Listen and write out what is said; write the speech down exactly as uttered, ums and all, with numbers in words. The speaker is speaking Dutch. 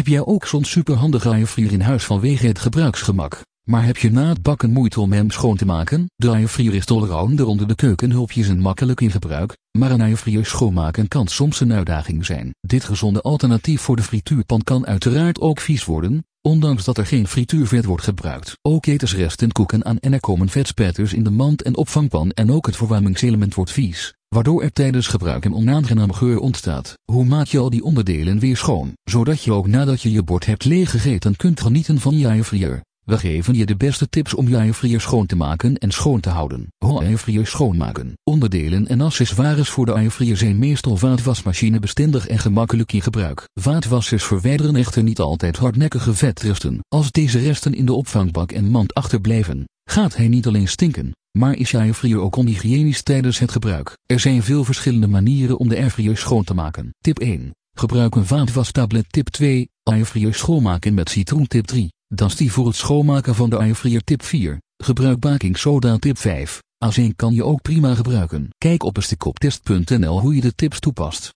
Heb jij ook zo'n superhandige airfryer in huis vanwege het gebruiksgemak, maar heb je na het bakken moeite om hem schoon te maken? De airfryer is allrounder onder de keukenhulpjes en makkelijk in gebruik, maar een airfryer schoonmaken kan soms een uitdaging zijn. Dit gezonde alternatief voor de frituurpan kan uiteraard ook vies worden, ondanks dat er geen frituurvet wordt gebruikt. Ook etensresten koeken aan en er komen vetspatters in de mand en opvangpan en ook het verwarmingselement wordt vies, waardoor er tijdens gebruik een onaangename geur ontstaat. Hoe maak je al die onderdelen weer schoon, zodat je ook nadat je je bord hebt leeggegeten kunt genieten van je airfryer? We geven je de beste tips om je airfryer schoon te maken en schoon te houden. Hoe airfryer schoonmaken. Onderdelen en accessoires voor de airfryer zijn meestal vaatwasmachine bestendig en gemakkelijk in gebruik. Vaatwassers verwijderen echter niet altijd hardnekkige vetresten. Als deze resten in de opvangbak en mand achterblijven, gaat hij niet alleen stinken, maar is je airfryer ook onhygiënisch tijdens het gebruik. Er zijn veel verschillende manieren om de airfryer schoon te maken. Tip één. Gebruik een vaatwastablet. Tip twee. Airfryer schoonmaken met citroen. Tip drie. Dusty voor het schoonmaken van de airfryer. Tip vier. Gebruik baking soda. Tip vijf. Azijn kan je ook prima gebruiken. Kijk op estekoptest punt n l hoe je de tips toepast.